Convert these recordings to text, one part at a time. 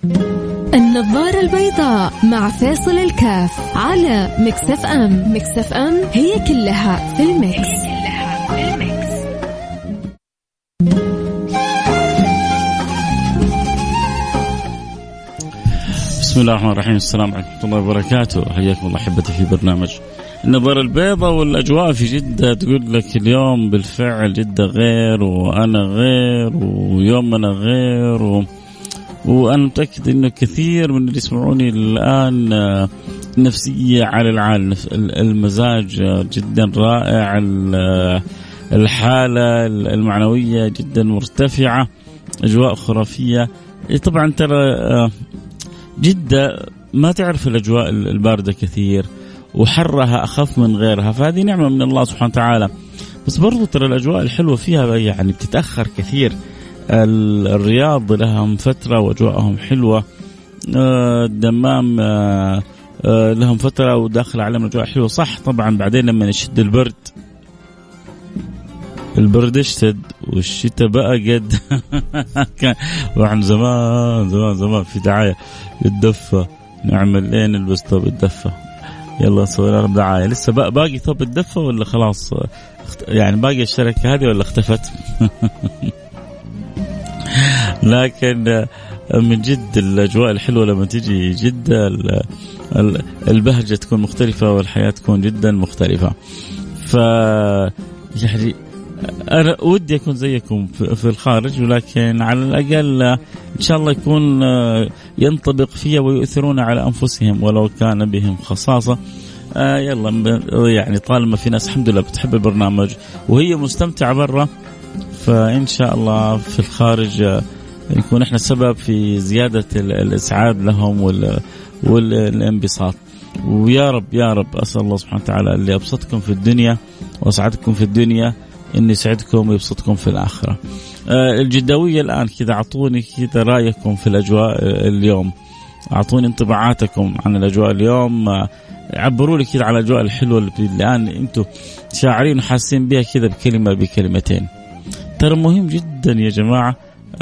النظارة البيضاء مع فاصل الكاف على ميكس اف ام. ميكس اف ام هي كلها في الميكس. بسم الله الرحمن الرحيم. السلام عليكم ورحمة الله وبركاته. حياكم الله أحبتي في برنامج النظارة البيضاء. والأجواء في جدة تقول لك اليوم بالفعل جدة غير، وأنا غير، ويومنا غير، وأنا متأكد إنه كثير من اللي يسمعوني الآن نفسية على العال، المزاج جدا رائع، الحالة المعنوية جدا مرتفعة، أجواء خرافية. طبعا ترى جدة ما تعرف الأجواء الباردة كثير، وحرها أخف من غيرها، فهذه نعمة من الله سبحانه وتعالى. بس برضو ترى الأجواء الحلوة فيها يعني بتتأخر كثير. الرياض لهم فترة وأجواءهم حلوة، الدمام لهم فترة وداخل عليهم أجواء حلوة، صح. طبعا بعدين لما يشد البرد اشتد والشتاء بقى قد وعن زمان في دعاية للدفة، نعمل ايه نلبس ثوب الدفة، يلا نسوي لنا دعاية. لسه باقي ثوب الدفة ولا خلاص يعني باقي الشركة هذه ولا اختفت؟ لكن من جد الأجواء الحلوة لما تيجي جدة البهجة تكون مختلفة والحياة تكون جدا مختلفة. يعني أنا ودي أكون زيكم في الخارج، ولكن على الأقل إن شاء الله يكون ينطبق فيها ويؤثرون على أنفسهم ولو كان بهم خصاصة. يلا يعني طالما في ناس الحمد لله بتحب البرنامج وهي مستمتعة برا، فإن شاء الله في الخارج نكون إحنا سبب في زيادة الإسعاد لهم والانبساط. ويا رب يا رب أسأل الله سبحانه وتعالى اللي أبسطكم في الدنيا وأسعدكم في الدنيا إن يسعدكم ويبسطكم في الآخرة. الجداوية الآن كذا أعطوني كذا رأيكم في الأجواء اليوم، أعطوني انطباعاتكم عن الأجواء اليوم، عبروا لي كذا على الأجواء الحلوة اللي الآن أنتم شاعرين وحاسين بها كذا بكلمة بكلمتين. ترى مهم جدا يا جماعة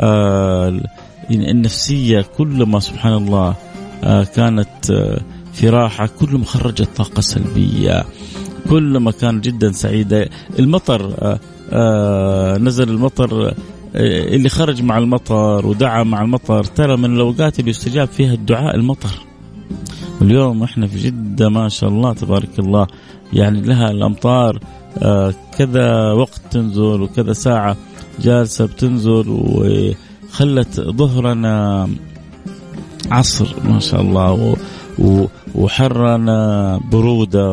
النفسية، كل ما سبحان الله كانت في راحة، كل ما خرجت طاقة سلبية، كل ما كان جدا سعيدة. المطر نزل المطر، اللي خرج مع المطر ودعا مع المطر، ترى من الأوقات اللي يستجاب فيها الدعاء المطر. واليوم احنا في جدة ما شاء الله تبارك الله يعني لها الأمطار كذا وقت تنزل وكذا ساعة جالسة بتنزل، وخلت ظهرنا عصر ما شاء الله، وحرنا برودة،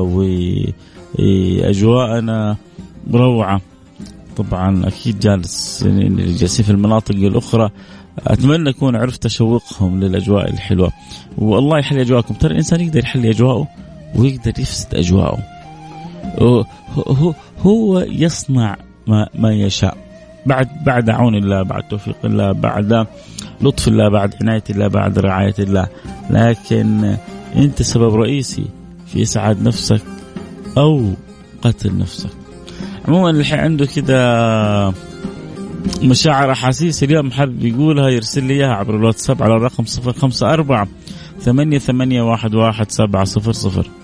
وأجواءنا روعة. طبعا أكيد جالسين في المناطق الأخرى، أتمنى أكون عرفت أشوقهم للأجواء الحلوة، والله يحلي أجواءكم. ترى الإنسان يقدر يحلي أجواءه ويقدر يفسد أجواءه، هو يصنع ما يشاء بعد عون الله، بعد توفيق الله، بعد لطف الله، بعد عناية الله، بعد رعاية الله. لكن أنت سبب رئيسي في إسعاد نفسك أو قتل نفسك. عموما اللي عنده كده مشاعر أحاسيس اليوم حابب يقولها يرسل لي إياها عبر الواتساب على الرقم 054-8811-700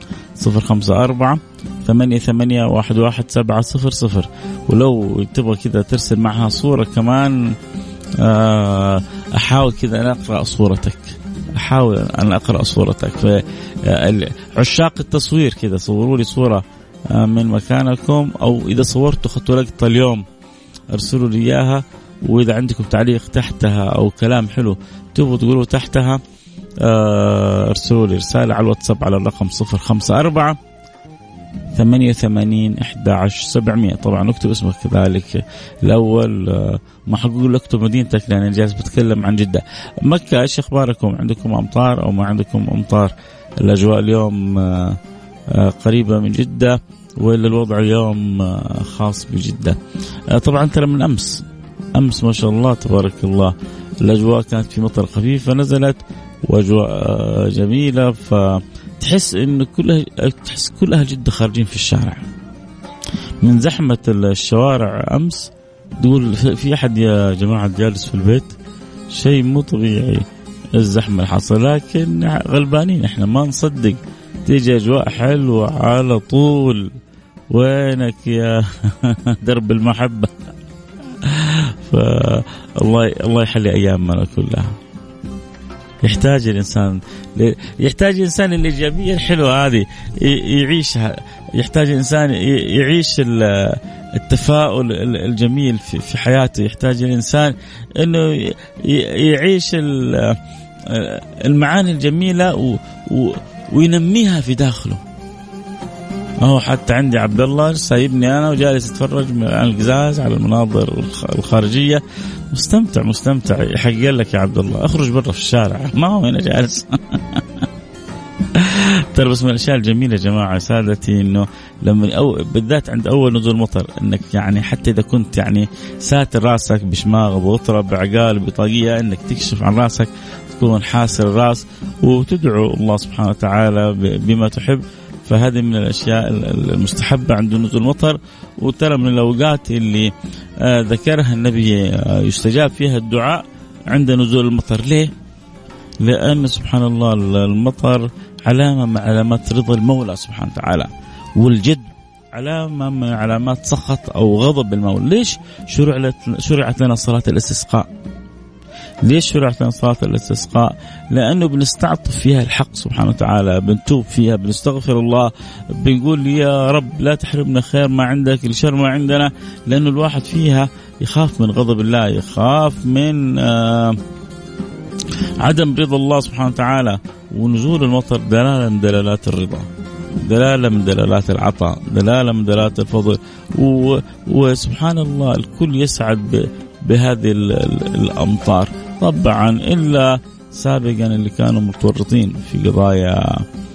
054-8811-700. ولو تبغى كذا ترسل معها صورة كمان، أحاول كذا أن أقرأ صورتك، أحاول أن أقرأ صورتك. عشاق التصوير كذا صوروا لي صورة من مكانكم، أو إذا صورتوا خطوا لقطة اليوم أرسلوا لي إياها. وإذا عندكم تعليق تحتها أو كلام حلو تبغوا تقولوا تحتها، أرسلوا لي رسالة على الواتساب على الرقم 054-88-11-700. طبعا اكتب اسمك كذلك الأول، ما حقول اكتب مدينتك لأن جالس بتكلم عن جدة. مكة إيش أخباركم؟ عندكم أمطار أو ما عندكم أمطار؟ الأجواء اليوم قريبة من جدة وإلا الوضع اليوم خاص بجدة؟ طبعا ترى من أمس ما شاء الله تبارك الله الأجواء كانت في مطر خفيفة نزلت وأجواء جميلة، فتحس إنه كل أهل جدة خارجين في الشارع من زحمة الشوارع. أمس تقول في أحد يا جماعة جالس في البيت، شيء مو طبيعي. الزحمة اللي حصل، لكن غلبانين إحنا ما نصدق تيجي أجواء حلوة على طول. وينك يا درب المحبة؟ فالله يحلي أيامنا كلها. يحتاج الإنسان الإيجابية الحلوة هذه يعيشها، يحتاج الإنسان يعيش التفاؤل الجميل في حياته، يحتاج الإنسان إنه يعيش المعاني الجميلة وينميها في داخله. هو حتى عندي عبد الله سايبني أنا وجالس أتفرج على القزاز على المناظر الخارجية، مستمتع. يحق لك يا عبد الله أخرج برا في الشارع، ما هو هنا جالس. ترى بس من الأشياء الجميلة يا جماعة سادتي إنه لما بالذات عند أول نزول مطر، إنك يعني حتى إذا كنت يعني ساتر راسك بشماغ بغطرة بعقال بطاقية، إنك تكشف عن راسك، تكون حاسر الراس وتدعو الله سبحانه وتعالى بما تحب. فهذه من الأشياء المستحبة عند نزول المطر. وترى من الأوقات اللي ذكرها النبي يستجاب فيها الدعاء عند نزول المطر. ليه؟ لأن سبحان الله المطر علامة من علامات رضا المولى سبحانه وتعالى، والجد علامة من علامات سخط أو غضب المولى. ليش شرعت لنا صلاة الاستسقاء؟ ليش شرعت لنا صلاة الاستسقاء؟ لأنه بنستعطف فيها الحق سبحانه وتعالى، بنتوب فيها، بنستغفر الله، بنقول يا رب لا تحرمنا خير ما عندك الشر ما عندنا. لأنه الواحد فيها يخاف من غضب الله، يخاف من عدم رضا الله سبحانه وتعالى. ونزول المطر دلالة من دلالات الرضا، دلالة من دلالات العطاء، دلالة من دلالات الفضل. وسبحان الله الكل يسعد بهذه الأمطار طبعا، إلا سابقا اللي كانوا متورطين في قضايا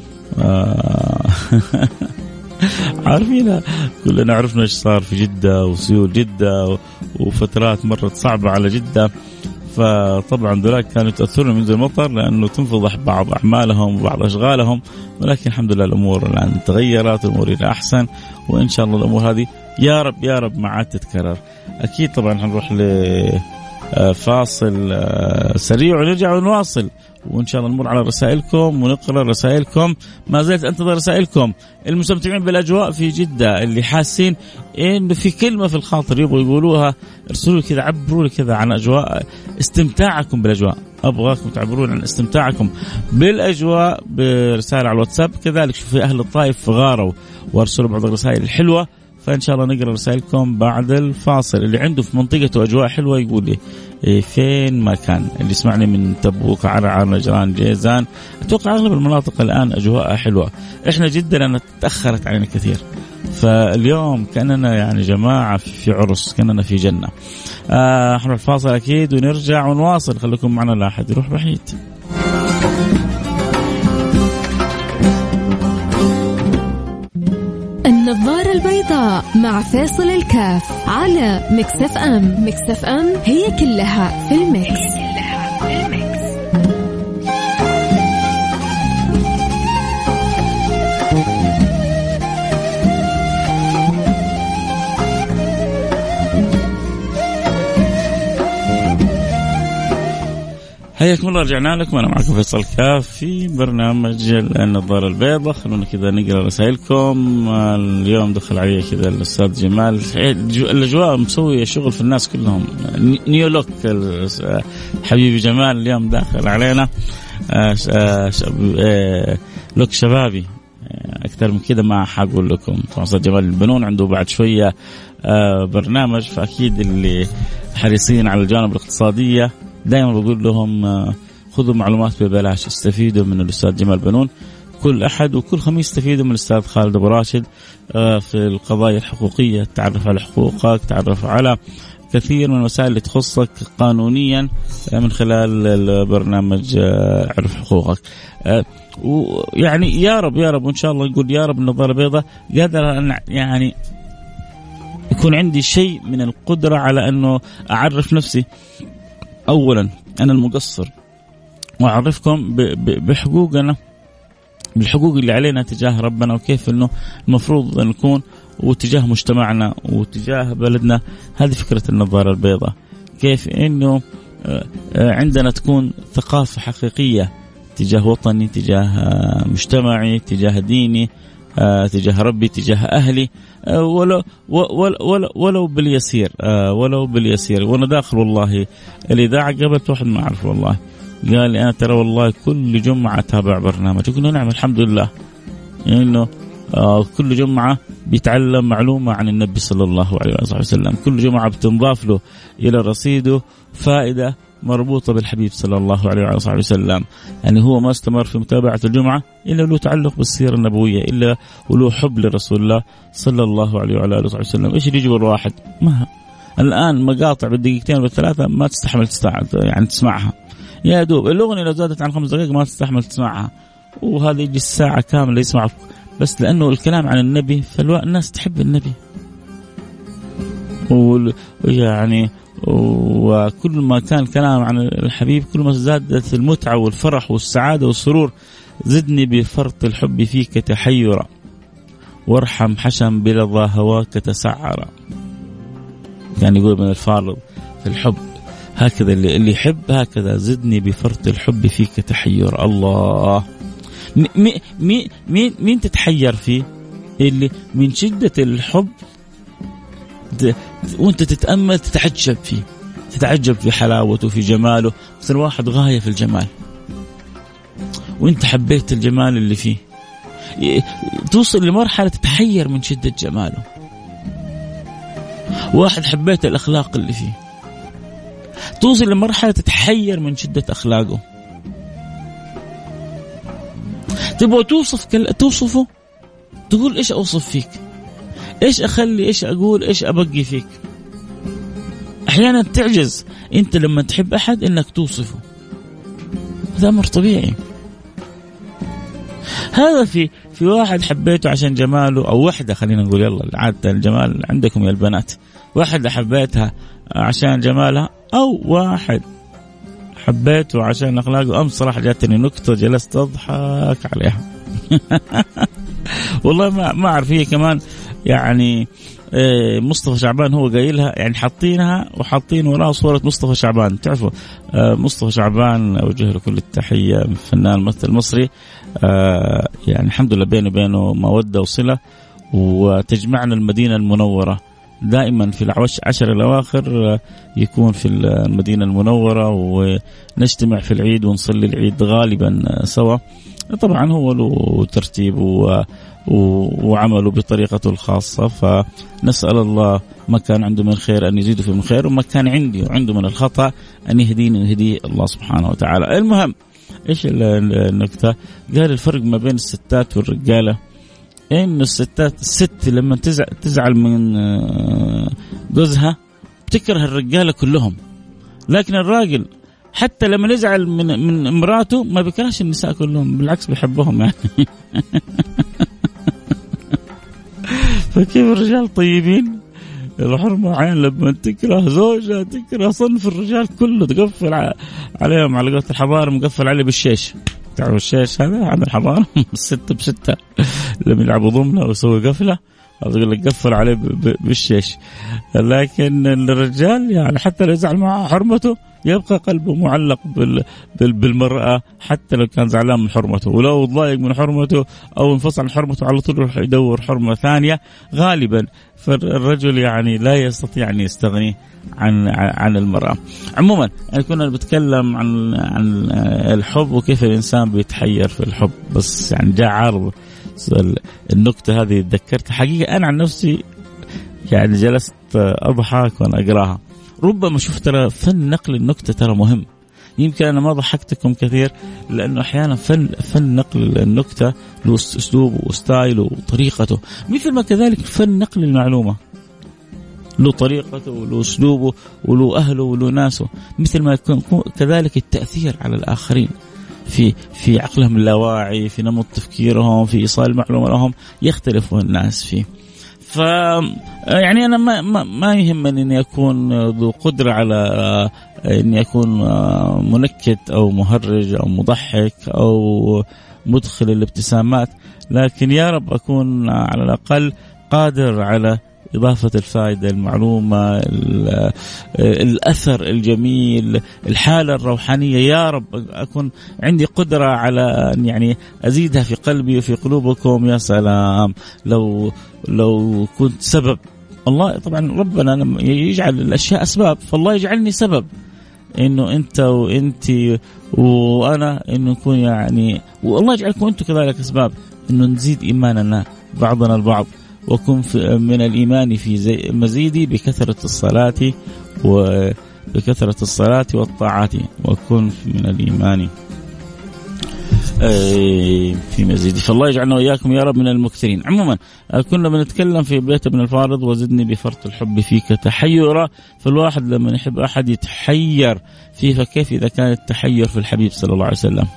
عارفين كلنا عرفنا ايش صار في جدة وسيول جدة وفترات مرت صعبة على جدة. فطبعا ذلك كانوا يتأثرون من المطر لأنه تنفضح بعض أعمالهم وبعض أشغالهم، ولكن الحمد لله الأمور الآن تغيرت، الأمور إلى أحسن، وإن شاء الله الأمور هذه يا رب ما عاد تتكرر. أكيد طبعا هنروح لفاصل سريع ونرجع ونواصل، وإن شاء الله نمر على رسائلكم ونقرأ رسائلكم. ما زلت أنتظر رسائلكم المستمتعين بالأجواء في جدة اللي حاسين إنه في كلمة في الخاطر يبغوا يقولوها، ارسلوا لي كذا، عبروا لي كذا عن أجواء استمتاعكم بالأجواء. أبغاكم تعبرون عن استمتاعكم بالأجواء برسالة على الواتساب. كذلك شوفوا أهل الطائف غاروا وارسلوا بعض الرسائل الحلوة، فإن شاء الله نقرأ رسائلكم بعد الفاصل. اللي عنده في منطقته أجواء حلوة يقول لي فين ما كان، اللي يسمعني من تبوك، عرعر، نجران، جيزان، أتوقع أغلب المناطق الآن أجواء حلوة. إحنا جدا أنا تأخرت علينا كثير، فاليوم كأننا يعني جماعة في عرس، كأننا في جنة. نروح الفاصل أكيد ونرجع ونواصل، خليكم معنا لا أحد يروح بعيد. النظارة البيضاء مع فاصل الكاف على مكسف أم. مكسف أم هي كلها في المكس. حياكم الله، رجعنا لكم. أنا معكم فيصل كاف في برنامج النظارة البيضاء. خلونا كذا نقرأ رسائلكم. اليوم دخل علي كذا الأستاذ جمال، الأجواء مسوي شغل في الناس كلهم، نيو لوك. حبيبي جمال اليوم داخل علينا لوك شبابي أكثر من كذا ما حقول لكم. طبعا أستاذ جمال البنون عنده بعد شوية برنامج، فأكيد اللي حريصين على الجانب الاقتصادية دائما بقول لهم خذوا معلومات ببلاش، استفيدوا من الأستاذ جمال بنون كل أحد، وكل خميس استفيدوا من الأستاذ خالد أبو راشد في القضايا الحقوقية. تعرف على حقوقك، تعرف على كثير من الوسائل اللي تخصك قانونيا من خلال البرنامج عرف حقوقك. ويعني يا رب وإن شاء الله نقول يا رب النظارة بيضاء قادر أن يعني يكون عندي شيء من القدرة على أنه أعرف نفسي أولا أنا المقصر، وأعرفكم بحقوقنا، بالحقوق اللي علينا تجاه ربنا، وكيف أنه المفروض أن نكون وتجاه مجتمعنا وتجاه بلدنا. هذه فكرة النظارة البيضاء، كيف أنه عندنا تكون ثقافة حقيقية تجاه وطني، تجاه مجتمعي، تجاه ديني، تجاه ربي، تجاه أهلي، ولو باليسير، ولو باليسير. وأنا داخل والله الإذاعة قابلت واحد ما أعرف والله، قال لي أنا ترى والله كل جمعة تابع برنامج. قلنا نعم الحمد لله إنه كل جمعة بيتعلم معلومة عن النبي صلى الله عليه وسلم، كل جمعة بتنضاف له إلى رصيده فائدة مربوطة بالحبيب صلى الله عليه وسلم. يعني هو ما استمر في متابعة الجمعة إلا له تعلق بالسيرة النبوية، إلا وله حب لرسول الله صلى الله عليه وسلم. إيش اللي يجب الواحد؟ ما الآن مقاطع بالدقيقتين والثلاثة ما تستحمل يعني تسمعها، يا دوب الأغنية لو زادت عن 5 دقائق ما تستحمل تسمعها، وهذا يجي الساعة كاملة يسمع بس لأنه الكلام عن النبي، فالناس تحب النبي ويعني وكل ما كان كلام عن الحبيب كل ما زادت المتعة والفرح والسعادة والسرور. زدني بفرط الحب فيك تحيرا، وارحم حشم بلظى هواك تسعرا. يعني يقول من الفارض في الحب هكذا، اللي يحب هكذا، زدني بفرط الحب فيك تحيرا. الله، مين تتحير فيه؟ اللي من شدة الحب وانت تتأمل تتعجب فيه، تتعجب في حلاوته في جماله. مثل واحد غاية في الجمال وانت حبيت الجمال اللي فيه، توصل لمرحلة تتحير من شدة جماله. واحد حبيت الأخلاق اللي فيه، توصل لمرحلة تتحير من شدة أخلاقه. تبغى توصفه، تقول إيش أوصف فيك، إيش أخلي، إيش أقول، إيش أبقي فيك. أحيانا تعجز أنت لما تحب أحد إنك توصفه، هذا أمر طبيعي. هذا في واحد حبيته عشان جماله، أو وحدة خلينا نقول، يلا عادة الجمال عندكم يا البنات، واحدة حبيتها عشان جمالها، أو واحد حبيته عشان أخلاقه. أمس صراحة جاتني نكتة جلست أضحك عليها والله ما أعرف، هي كمان يعني مصطفى شعبان هو قايلها، يعني حاطين وراء صورة مصطفى شعبان. تعرفوا مصطفى شعبان أوجه له كل التحية، فنان ممثل مصري، يعني الحمد لله بينه وبينه مودة وصلة، وتجمعنا المدينة المنورة دائما في العشر الأواخر، يكون في المدينة المنورة ونجتمع في العيد ونصلي العيد غالبا سوا. طبعا هو له ترتيب وعمله بطريقته الخاصة، فنسأل الله ما كان عنده من خير أن يزيده في من خير، وما كان عنده من الخطأ أن يهديني ويهديه الله سبحانه وتعالى. المهم إيش النكتة؟ قال الفرق ما بين الستات والرجالة إنه الست لما تزعل من جوزها بتكره الرجالة كلهم، لكن الراجل حتى لما يزعل من امراته ما بيكرهش النساء كلهم، بالعكس بيحبهم يعني فكيف الرجال طيبين؟ الحرمة عين لما تكره زوجها تكره صنف الرجال كله، تقفل عليهم على قولة الحضارة، مقفل عليه بالشيش. تعرفوا الشيش هذا عمل حضارة 6 ب6 لما يلعبوا ضمنه ويسوي قفلة، أقول لك قفل عليه بالشيش. لكن الرجال يعني حتى لو يزعل مع حرمته يبقى قلبه معلق بالمرأة، حتى لو كان زعلان من حرمته، ولو ضايق من حرمته أو انفصل عن حرمته على طول يروح يدور حرمة ثانية غالبا. فالرجل يعني لا يستطيع أن يستغني عن المرأة. عموما يعني كنا بنتكلم عن الحب وكيف الإنسان بيتحير في الحب، بس يعني جاء عارض النكتة هذه تذكرت حقيقة أنا عن نفسي يعني جلست أضحك وأنا أقراها. ربما شوف ترى فن نقل النكتة ترى مهم، يمكن أنا ما ضحكتكم كثير لأنه أحيانا فن نقل النكتة له أسلوبه وستايله وطريقته، مثل ما كذلك فن نقل المعلومة له طريقته وله أسلوبه وله أهله وله ناسه، مثل ما يكون كذلك التأثير على الآخرين في عقلهم اللاواعي، في نمط تفكيرهم، في إيصال المعلومة لهم، يختلف الناس فيه. يعني أنا ما يهمني أن يكون ذو قدرة على أن يكون منكت أو مهرج أو مضحك أو مدخل الابتسامات، لكن يا رب أكون على الأقل قادر على إضافة الفائدة، المعلومة، الأثر الجميل، الحالة الروحانية. يا رب أكون عندي قدرة على أن يعني أزيدها في قلبي وفي قلوبكم. يا سلام لو كنت سبب. الله طبعا ربنا لما يجعل الأشياء أسباب، فالله يجعلني سبب إنه أنت وأنتي وأنا إنه نكون يعني، والله يجعلكم أنتم كذلك أسباب إنه نزيد إيماننا بعضنا البعض. وكن من الإيمان في مزيدي بكثرة الصلاة والطاعات. وكن من الإيمان في مزيدي. فالله يجعلنا وإياكم يا رب من المكثرين. عموما كنا بنتكلم في بيت ابن الفارض وزدني بفرط الحب فيك تحيرا. فالواحد لما يحب أحد يتحير فيه، فكيف إذا كان التحير في الحبيب صلى الله عليه وسلم؟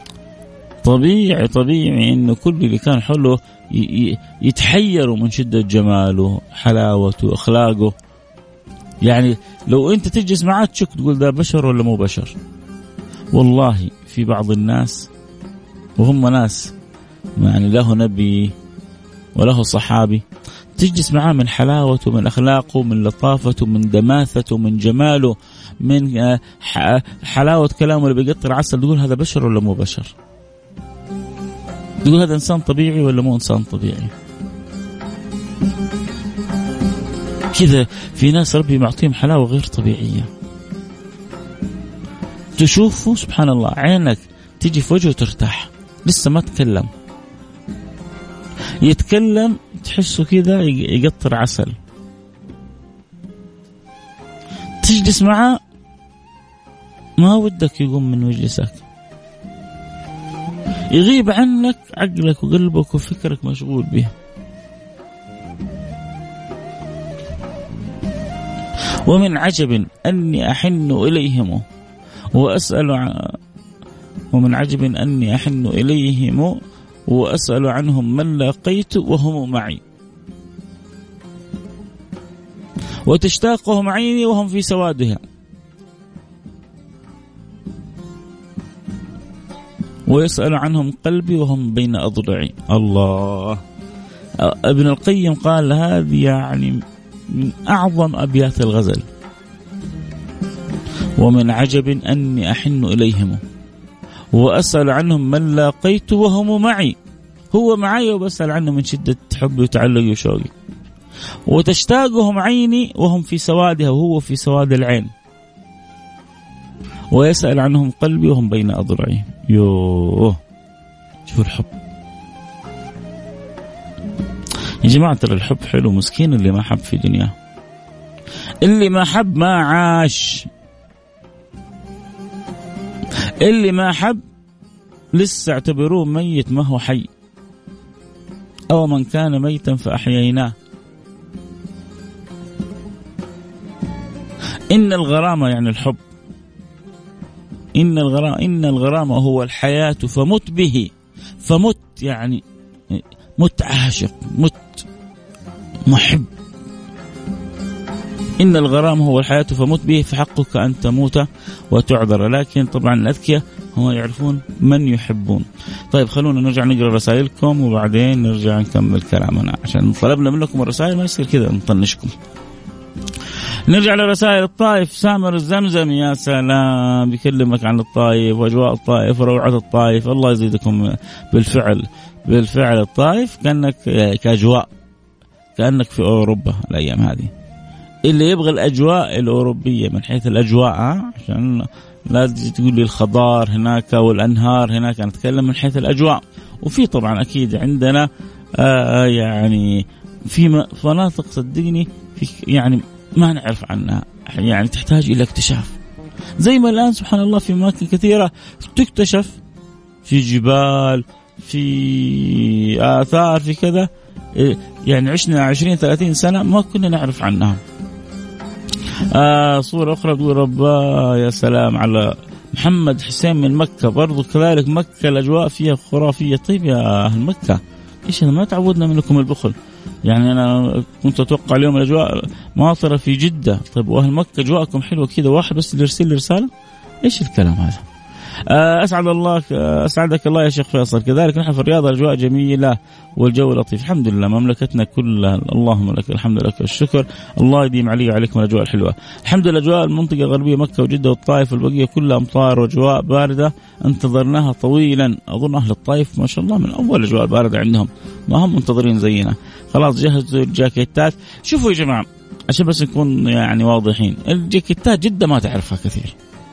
طبيعي إنه كل اللي كان حوله يتحيروا من شدة جماله، حلاوته، أخلاقه. يعني لو أنت تجلس معاه تشك تقول ده بشر ولا مو بشر. والله في بعض الناس وهم ناس يعني له نبي وله صحابي، تجلس معاه من حلاوته، من أخلاقه، من لطافته، من دماثته، من جماله، من حلاوة كلامه اللي بيقطر عسل، تقول هذا بشر ولا مو بشر؟ تقول هذا إنسان طبيعي ولا مو إنسان طبيعي؟ كذا في ناس ربي معطيهم حلاوة غير طبيعية، تشوفه سبحان الله عينك تيجي في وجهه ترتاح، لسه ما تكلم، يتكلم تحسه كذا يقطر عسل، تجلس معه ما ودك يقوم من مجلسك، يغيب عنك عقلك وقلبك وفكرك مشغول به. ومن عجب أني أحن إليهم وأسأل عنهم من لاقيت وهم معي، وتشتاقهم عيني وهم في سوادها، ويسأل عنهم قلبي وهم بين أضلعي. الله. ابن القيم قال هذه يعني من أعظم أبيات الغزل. ومن عجب أني أحن إليهم وأسأل عنهم من لاقيت وهم معي، هو معي وبسأل عنه من شدة حبي وتعلقي وشوقي، وتشتاقهم عيني وهم في سوادها وهو في سواد العين، ويسأل عنهم قلبي وهم بين أضلعي. يوه شوف الحب يا جماعة، ترى الحب حلو. مسكين اللي ما حب في دنياه، اللي ما حب ما عاش، اللي ما حب لسه اعتبروه ميت ما هو حي، أو من كان ميتا فأحييناه. إن الغرامة يعني الحب، إن الغرامة هو الحياة فمت به، فمت يعني مت عاشق، مت محب. إن الغرام هو الحياة فمت به، فحقك أن تموت وتعذر. لكن طبعا الأذكياء هم يعرفون من يحبون. طيب خلونا نرجع نقرأ رسائلكم وبعدين نرجع نكمل كلامنا، عشان طلبنا منكم الرسائل ما يصير كذا نطنشكم. نرجع لرسائل الطائف. سامر الزمزم يا سلام، بيكلمك عن الطائف وأجواء الطائف وروعة الطائف. الله يزيدكم بالفعل الطائف كأنك كأجواء، كأنك في أوروبا الأيام هذه. اللي يبغى الأجواء الأوروبية من حيث الأجواء، عشان لا تقول لي الخضار هناك والأنهار هناك، أنا أتكلم من حيث الأجواء. وفي طبعا أكيد عندنا يعني في مناطق صدقني في يعني ما نعرف عنها، يعني تحتاج إلى اكتشاف. زي ما الآن سبحان الله في أماكن كثيرة تكتشف، في جبال، في آثار، في كذا، يعني عشنا 20-30 سنة ما كنا نعرف عنها. صورة أخرى تقول ربا يا سلام على محمد حسين من مكة، برضو كذلك مكة الأجواء فيها خرافية. طيب يا أهل مكة إيش أنا ما تعودنا منكم البخل، يعني أنا كنت أتوقع اليوم الأجواء ماطرة في جدة. طيب وأهل مكة أجواءكم حلوة كذا، واحد بس اللي يرسل لي رسالة، إيش الكلام هذا؟ أسعدك الله يا شيخ فيصل. كذلك نحن في الرياض الأجواء جميلة والجو لطيف الحمد لله، مملكتنا كلها اللهم لك الحمد لك الشكر، الله يديم علي وعليكم الأجواء الحلوة. الحمد لله أجواء المنطقة الغربية مكة وجدة والطائف والبقية كلها أمطار وأجواء باردة انتظرناها طويلا. أظن أهل الطائف ما شاء الله من أول أجواء الباردة عندهم، ما هم منتظرين زينا. خلاص جهزوا الجاكيتات. شوفوا يا جماعة عشان بس نكون يعني واضحين، الجاكيتات جدة ما تعرفها كثير،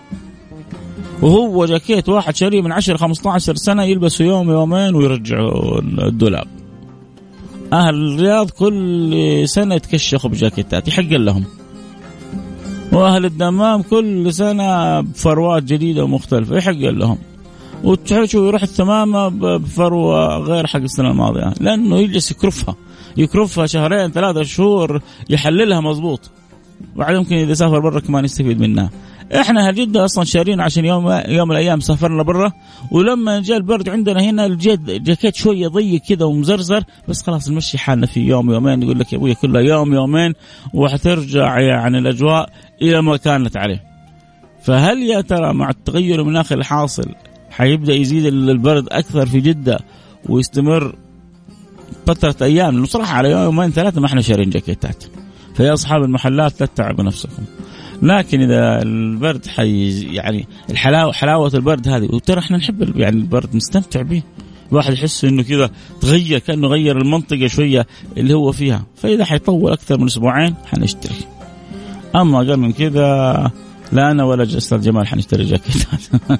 وهو جاكيت واحد شاريه من 10-15 سنة يلبسه يوم يومين ويرجعوا الدولاب. أهل الرياض كل سنة يتكشخوا بجاكيتات يحق لهم، وأهل الدمام كل سنة بفروات جديدة ومختلفة يحق لهم، وتشوفوا يروح الثمامة بفروة غير حق السنة الماضية، لأنه يجلس يكرفها 2-3 شهور يحللها مظبوط، وبعد يمكن إذا سافر برا كمان يستفيد منها. احنا هالجدة اصلا شارين عشان يوم من الايام سافرنا برا، ولما جاء البرد عندنا هنا الجاكيت شويه ضيق كذا ومزرزر، بس خلاص نمشي حالنا في يوم يومين. يقول لك يا ابوي كلها يوم يومين وحترجع يعني الاجواء الى ما كانت عليه. فهل يا ترى مع التغير المناخي الحاصل حيبدا يزيد البرد اكثر في جده ويستمر فتره ايام؟ لانه صراحه على يومين 3 ما احنا شارين جاكيتات. فيا اصحاب المحلات لا تتعبوا نفسكم. لكن إذا البرد يعني حلاوة البرد هذه، وترى احنا نحب يعني البرد نستمتع به، الواحد يحس إنه كذا تغير كأنه غير المنطقة شوية اللي هو فيها. فإذا حيطول أكثر من أسبوعين حنشتري، أما أقل من كذا لا أنا ولا أستاذ جمال حنشتري جاكيتات.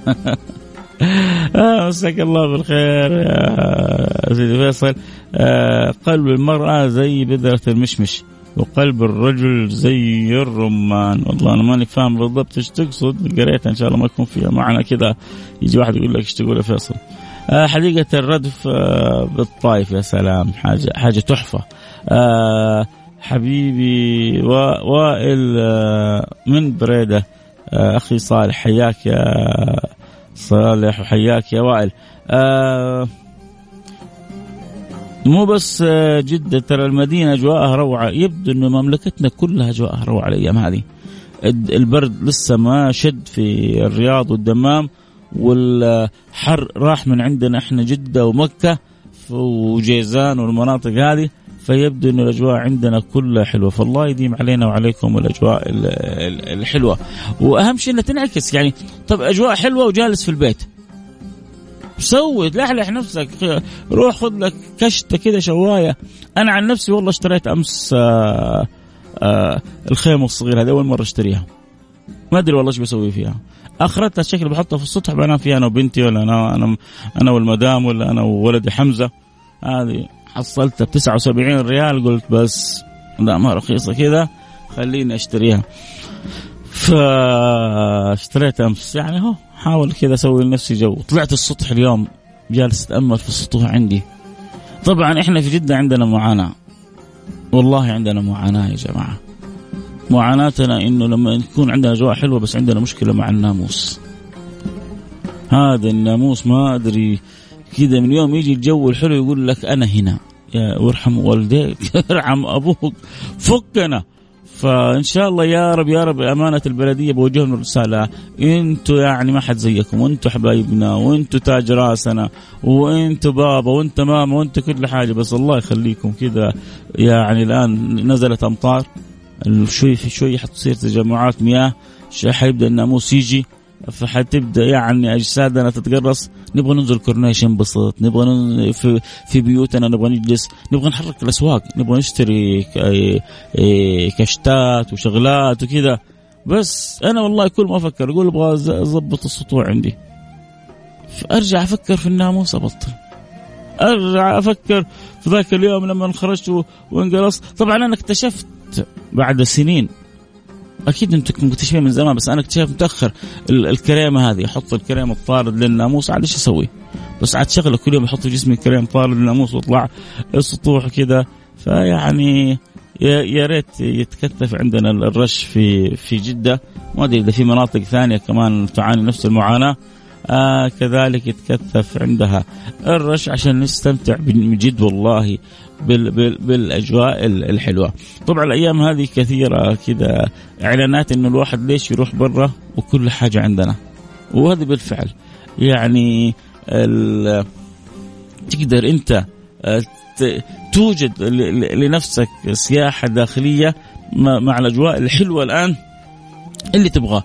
مساك الله بالخير يا سيدي فيصل. قلب المرأة زي بذرة المشمش وقلب الرجل زي الرمان. والله أنا ماني فاهم بالضبط إيش تقصد، قريتها إن شاء الله ما يكون فيها معنى كذا يجي واحد يقول لك إيش تقول يا فيصل. حديقة الردف بالطائف، يا سلام، حاجة تحفة. حبيبي وائل من بريدة، أخي صالح، حياك يا صالح وحياك يا وائل. مو بس جدة، ترى المدينة أجواءها روعة. يبدو أن مملكتنا كلها أجواءها روعة الأيام هذه. البرد لسه ما شد في الرياض والدمام، والحر راح من عندنا إحنا جدة ومكة وجيزان والمناطق هذه، فيبدو أن الأجواء عندنا كلها حلوة. فالله يديم علينا وعليكم الأجواء الحلوة. وأهم شيء أنها تنعكس. يعني طب أجواء حلوة وجالس في البيت، سوي لحلح نفسك، روح خذ لك كشتة كده شواية. أنا عن نفسي والله اشتريت أمس الخيمة الصغيرة هذه، أول مرة اشتريها، ما أدري والله إيش بسوي فيها. أخرتها الشكل بحطها في السطح بنام فيها أنا وبنتي، ولا أنا والمدام، ولا أنا وولدي حمزة. هذه حصلتها ب79 ريال، قلت بس لا ما رخيصة كذا خليني أشتريها. فاشتريت أمس، يعني هو حاول كذا أسوي لنفسي جو. طلعت السطح اليوم جالس أتأمل في السطوح عندي. طبعا إحنا في جدة عندنا معاناة، والله عندنا معاناة يا جماعة. معاناتنا إنه لما يكون عندنا أجواء حلوة بس عندنا مشكلة مع الناموس. هذا الناموس ما أدري كذا من يوم يجي الجو الحلو يقول لك أنا هنا، يا وارحم والديك ارحم أبوك فكنا. فإن شاء الله يا رب يا رب أمانة البلدية بوجهنا الرسالة، أنتوا يعني ما حد زيكم، وأنتوا حبايبنا، وأنتوا تاج راسنا، وأنتوا بابا، وأنتوا ماما، وأنتوا كل حاجة. بس الله يخليكم كذا. يعني الآن نزلت أمطار، شوي في شوي حتصير تجمعات مياه، حيبدأ الناموس يجي، فحتبدأ يعني أجسادنا تتقرص. نبغى ننزل كورنيش نبسط، نبغى في بيوتنا، نبغى نجلس، نبغى نحرك الأسواق، نبغى نشتري كشتات وشغلات وكذا. بس أنا والله كل ما أفكر أقول أبغى أضبط السطوع عندي، أرجع أفكر في الناموس، أبطل أرجع أفكر في ذاك اليوم لما خرجت وانقلصت. طبعا أنا اكتشفت بعد سنين، أكيد أنتم مكتشفين من زمان، بس أنا اكتشفت متأخر الكريمة هذه. أحط الكريم الطارد للناموس، عاد إيش أسوي؟ بس عاد شغله كل يوم أحط في جسمي كريم طارد للناموس وأطلع السطوح كذا. فيعني يا ريت يتكثف عندنا الرش في جدة. ما أدري إذا في مناطق ثانية كمان تعاني نفس المعاناة. كذلك يتكثف عندها الرش عشان نستمتع بجد والله بالأجواء الحلوة. طبعا الأيام هذه كثيرة كذا إعلانات إنه الواحد ليش يروح برا وكل حاجة عندنا، وهذا بالفعل يعني تقدر أنت توجد لنفسك سياحة داخلية مع الأجواء الحلوة الآن اللي تبغى.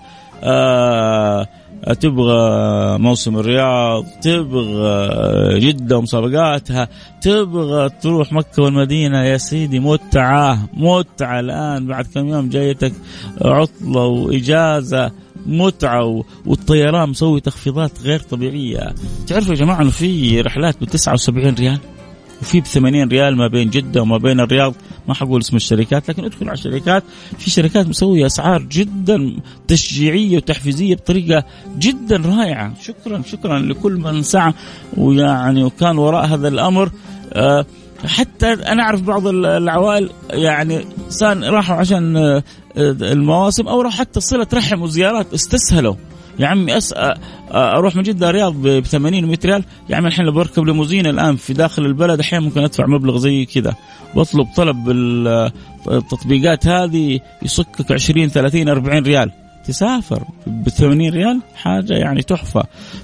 تبغى موسم الرياض، تبغى جدة ومسابقاتها، تبغى تروح مكة والمدينة، يا سيدي متعة الآن. بعد كم يوم جايتك عطلة وإجازة، متعة، والطيران مسوي تخفيضات غير طبيعية. تعرفوا يا جماعة أنه في رحلات ب79 ريال وفي ب80 ريال ما بين جدة وما بين الرياض. ما حقول اسم الشركات، لكن ادخل على الشركات، في شركات مسوية أسعار جدا تشجيعية وتحفيزية بطريقة جدا رائعة. شكرا لكل من سعى ويعني وكان وراء هذا الأمر. حتى أنا أعرف بعض العوائل يعني راحوا عشان المواسم أو راحوا حتى صلة رحم وزيارات، استسهلوا يا عمي أروح من جدة الرياض ب80 و100 ريال. يا عمي الحين بركب ليموزين الآن في داخل البلد أحيانا ممكن أدفع مبلغ زي كذا، بطلب طلب بالتطبيقات هذه يصكك 20 30 40 ريال، تسافر ب80 ريال، حاجة يعني تحفة.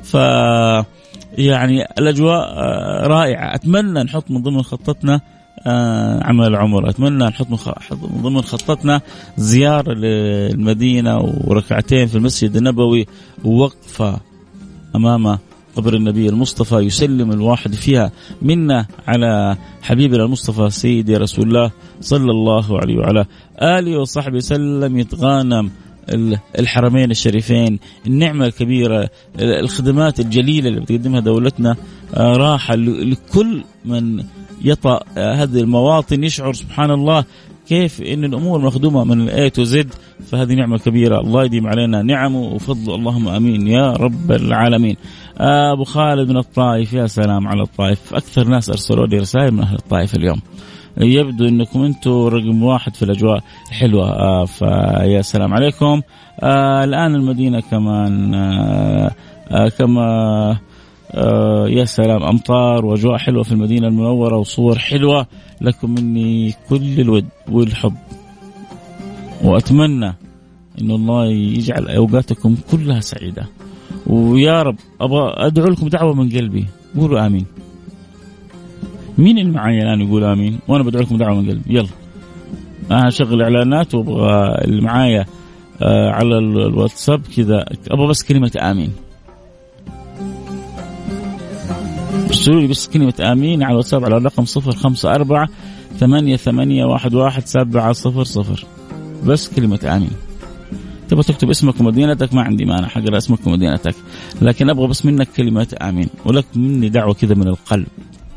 يعني الأجواء رائعة. أتمنى نحط من ضمن خطتنا عمل العمر، أتمنى نحط من ضمن خطتنا زيارة للمدينة وركعتين في المسجد النبوي ووقفة أمام قبر النبي المصطفى يسلم الواحد فيها منا على حبيبنا المصطفى سيدي رسول الله صلى الله عليه وعلى آله وصحبه وسلم، يتغانم الحرمين الشريفين، النعمة الكبيرة، الخدمات الجليلة اللي بتقدمها دولتنا، راحة لكل من يطأ هذه المواطن يشعر سبحان الله كيف إن الأمور مخدومة من A to Z. فهذه نعمة كبيرة، الله يديم علينا نعمه وفضله، اللهم أمين يا رب العالمين. أبو خالد من الطائف، يا سلام على الطائف، أكثر ناس أرسلوا لي رسائل من أهل الطائف اليوم. يبدو أنكم أنتم رقم واحد في الأجواء الحلوة، فيا سلام عليكم. الآن المدينة كمان كما يا سلام، أمطار وأجواء حلوة في المدينة المنورة وصور حلوة. لكم مني كل الود والحب، وأتمنى إن الله يجعل أوقاتكم كلها سعيدة. ويا رب أبغى أدعو لكم دعوة من قلبي، قولوا آمين. مين اللي معايا الآن يقول آمين وأنا بدعو لكم دعوة من قلبي؟ يلا أنا أشغل إعلانات وأبغى اللي معايا على الواتساب كذا أبغى بس كلمة آمين. ارسلوا لي بس كلمة آمين على الواتساب على الرقم 0548811700. بس كلمة آمين. تبغى تكتب اسمك ومدينتك ما عندي مانع، حقرأ اسمك ومدينتك، لكن أبغى بس منك كلمة آمين، ولك مني دعوة كذا من القلب.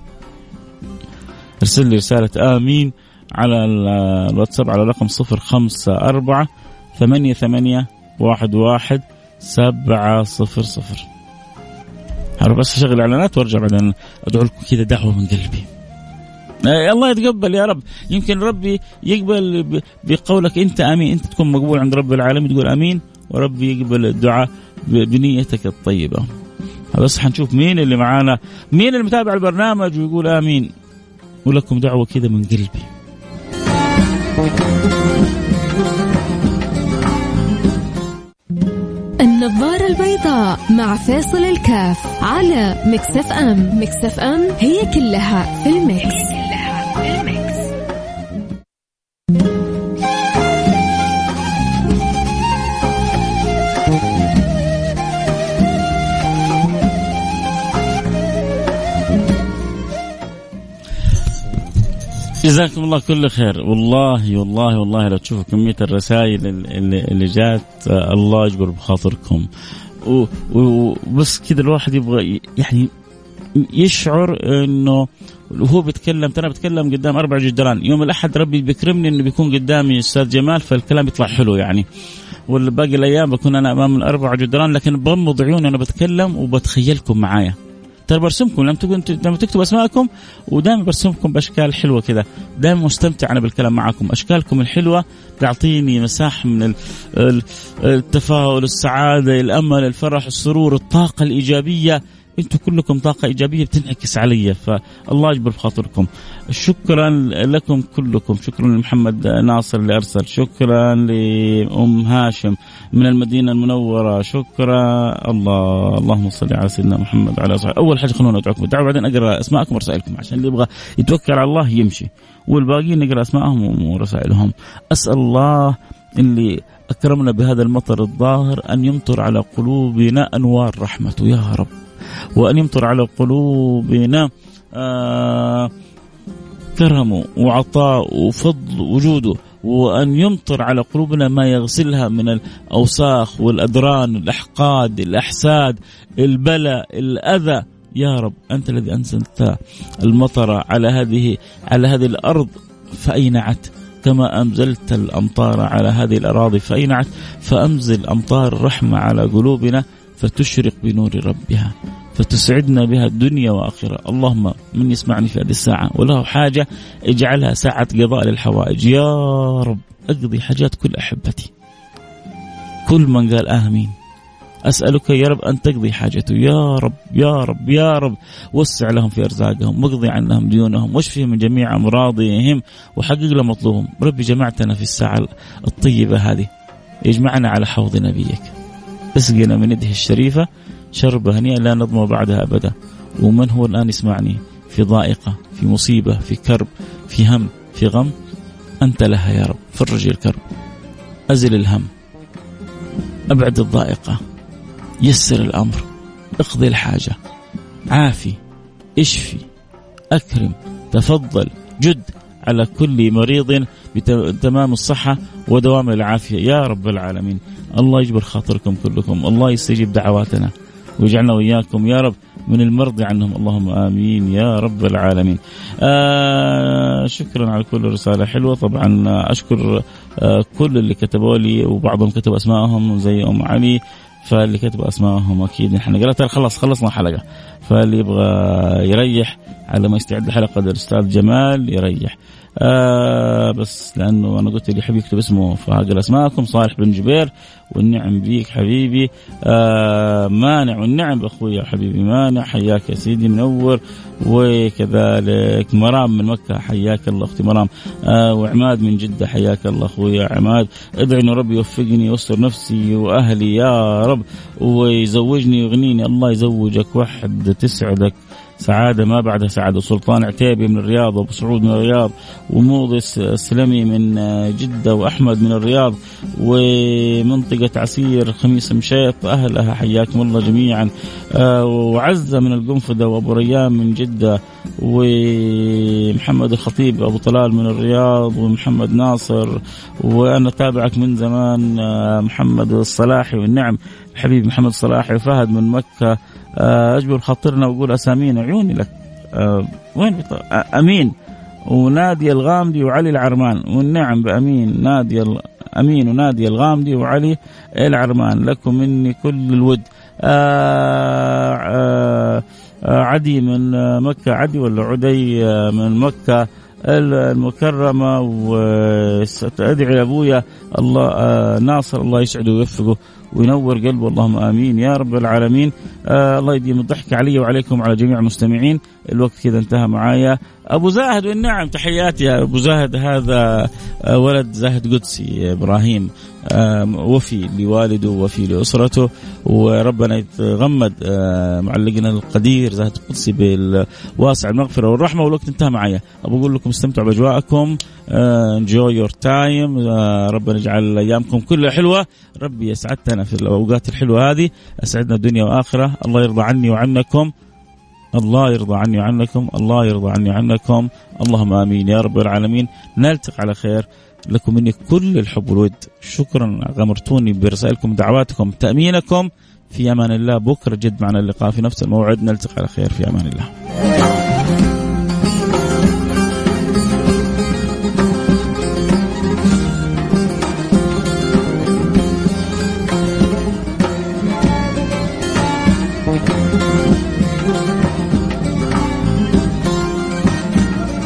ارسل لي رسالة آمين على الواتساب على الرقم 0548811700. هروح بس أشغل إعلانات وارجع بعدين أدعو لكم كذا دعوة من قلبي. الله يتقبل يا رب. يمكن ربي يقبل بقولك أنت آمين، أنت تكون مقبول عند رب العالمين تقول آمين، وربي يقبل الدعاء بنيتك الطيبة. بس حنشوف مين اللي معانا، مين اللي متابع البرنامج ويقول آمين، ولكم دعوة كذا من قلبي. النظارة البيضاء مع فاصل الكاف على مكسف أم. مكسف أم هي كلها في المكس. جزاكم الله كل خير. والله والله والله لو تشوفوا كمية الرسائل اللي جات، الله يجبر بخاطركم. وبس كده الواحد يبغى يعني يشعر انه وهو بيتكلم، ترى بتكلم قدام 4 جدران. يوم الأحد ربي بيكرمني انه بيكون قدامي أستاذ جمال، فالكلام يطلع حلو يعني. والباقي الأيام بكون أنا أمام 4 جدران، لكن بغمض عيوني أنا بتكلم وبتخيلكم معايا. ترى برسمكم لما تكتب أسماءكم، ودائما برسمكم بأشكال حلوة كذا. دائما مستمتع أنا بالكلام معكم، أشكالكم الحلوة تعطيني مساحة من التفاؤل، السعادة، الأمل، الفرح، السرور، الطاقة الإيجابية أنتم كلكم طاقة إيجابية بتنعكس علي، فالله يجبر بخاطركم. شكرا لكم كلكم، شكرا لمحمد ناصر اللي أرسل، شكرا لأم هاشم من المدينة المنورة، شكرا. اللهم صل على سيدنا محمد على صحيح. أول حاجة خلونا ندعوكم بالدعوة، بعدين أقرأ أسماءكم ورسائلكم عشان اللي يبغى يتوكل على الله يمشي، والباقيين نقرأ أسماءهم ورسائلهم. أسأل الله اللي أكرمنا بهذا المطر الظاهر أن يمطر على قلوبنا أنوار رحمته يا رب، وأن يمطر على قلوبنا كرمه وعطاء وفضل وجوده، وأن يمطر على قلوبنا ما يغسلها من الأوساخ والأدران، الأحقاد، الأحساد، البلاء، الأذى. يا رب أنت الذي أنزلت المطر على هذه الأرض فأينعت، كما أنزلت الأمطار على هذه الأراضي فأينعت، فأنزل أمطار رحمة على قلوبنا فتشرق بنور ربها، فتسعدنا بها الدنيا وآخرة. اللهم من يسمعني في هذه الساعة وله حاجة اجعلها ساعة قضاء للحوائج يا رب. أقضي حاجات كل أحبتي، كل من قال آمين. أسألك يا رب أن تقضي حاجته يا رب يا رب يا رب. وسع لهم في أرزاقهم، واقضي عنهم ديونهم، واشفهم من جميع أمراضهم، وحقق لهم مطلوبهم. ربي جمعتنا في الساعة الطيبة هذه، يجمعنا على حوض نبيك، اسقنا من يده الشريفة شربة هنيئة لا نظمأ بعدها أبدا. ومن هو الآن يسمعني في ضائقة، في مصيبة، في كرب، في هم، في غم، أنت لها يا رب. فرج الكرب، أزل الهم، أبعد الضائقة، يسر الأمر، اقضي الحاجة، عافي، اشفي، أكرم، تفضل، جد على كل مريض بتمام الصحة ودوام العافية يا رب العالمين. الله يجبر خاطركم كلكم، الله يستجيب دعواتنا ويجعلنا وإياكم يا رب من المرضي عنهم، اللهم آمين يا رب العالمين. شكرا على كل رسالة حلوة. طبعا أشكر كل اللي كتبوا لي، وبعضهم كتب أسمائهم زي أم علي، فاللي كتب أسمائهم أكيد نحن قرأتها. خلصنا حلقة، فاللي يبغى يريح على ما يستعد الحلقة الأستاذ جمال يريح. بس لأنه أنا قلت لي حبيب يكتب اسمه، فهاجر أسماءكم: صالح بن جبير، والنعم بيك حبيبي، مانع، والنعم بأخويا حبيبي مانع، حياك يا سيدي منور، وكذلك مرام من مكة حياك الله أختي مرام، وعماد من جدة حياك الله أخويا عماد. ادعي إنه ربي يوفقني ويستر نفسي وأهلي يا رب، ويزوجني ويغنيني. الله يزوجك وحد تسعدك سعادة ما بعدها سعادة. سلطان عتيبي من الرياض، وابو سعود من الرياض، وموضس السلمي من جدة، وأحمد من الرياض، ومنطقة عسير خميس مشيط أهلها حياكم الله جميعا، وعزة من القنفذة، وأبو ريان من جدة، ومحمد الخطيب أبو طلال من الرياض، ومحمد ناصر، وأنا تابعك من زمان محمد الصلاحي، والنعم حبيب محمد الصلاحي، وفهد من مكة. أجبر خاطرنا وأقول أسامينا عيوني لك. وين أمين ونادي الغامدي وعلي العرمان، والنعم بأمين نادي أمين ونادي الغامدي وعلي العرمان، لكم مني كل الود. عدي من مكة، عدي ولا عدي من مكة المكرمة، وأدعي أبويا الله ناصر الله يسعده ويوفقه وينور قلبه، اللهم آمين يا رب العالمين. الله يديم الضحك علي وعليكم على جميع المستمعين. الوقت كذا انتهى معايا. أبو زاهد والنعم تحياتي يا أبو زاهد، هذا ولد زاهد قدسي إبراهيم، وفي لوالده وفي لأسرته، وربنا يتغمد معلقنا القدير زاهد القدسي بالواسع المغفرة والرحمة. والوقت انتهى معايا. أبو أقول لكم استمتعوا بأجواءكم، enjoy your time. ربنا يجعل أيامكم كلها حلوة، ربي يسعدنا في الأوقات الحلوة هذه، أسعدنا الدنيا وآخرة. الله يرضى عني وعنكم، الله يرضى عني وعنكم، الله يرضى عني وعنكم، اللهم آمين يا رب العالمين. نلتقي على خير، لكم مني كل الحب والود. شكرا غمرتوني برسائلكم، دعواتكم، تأمينكم. في أمان الله. بكرة جد معنا اللقاء في نفس الموعد. نلتقي على خير، في أمان الله.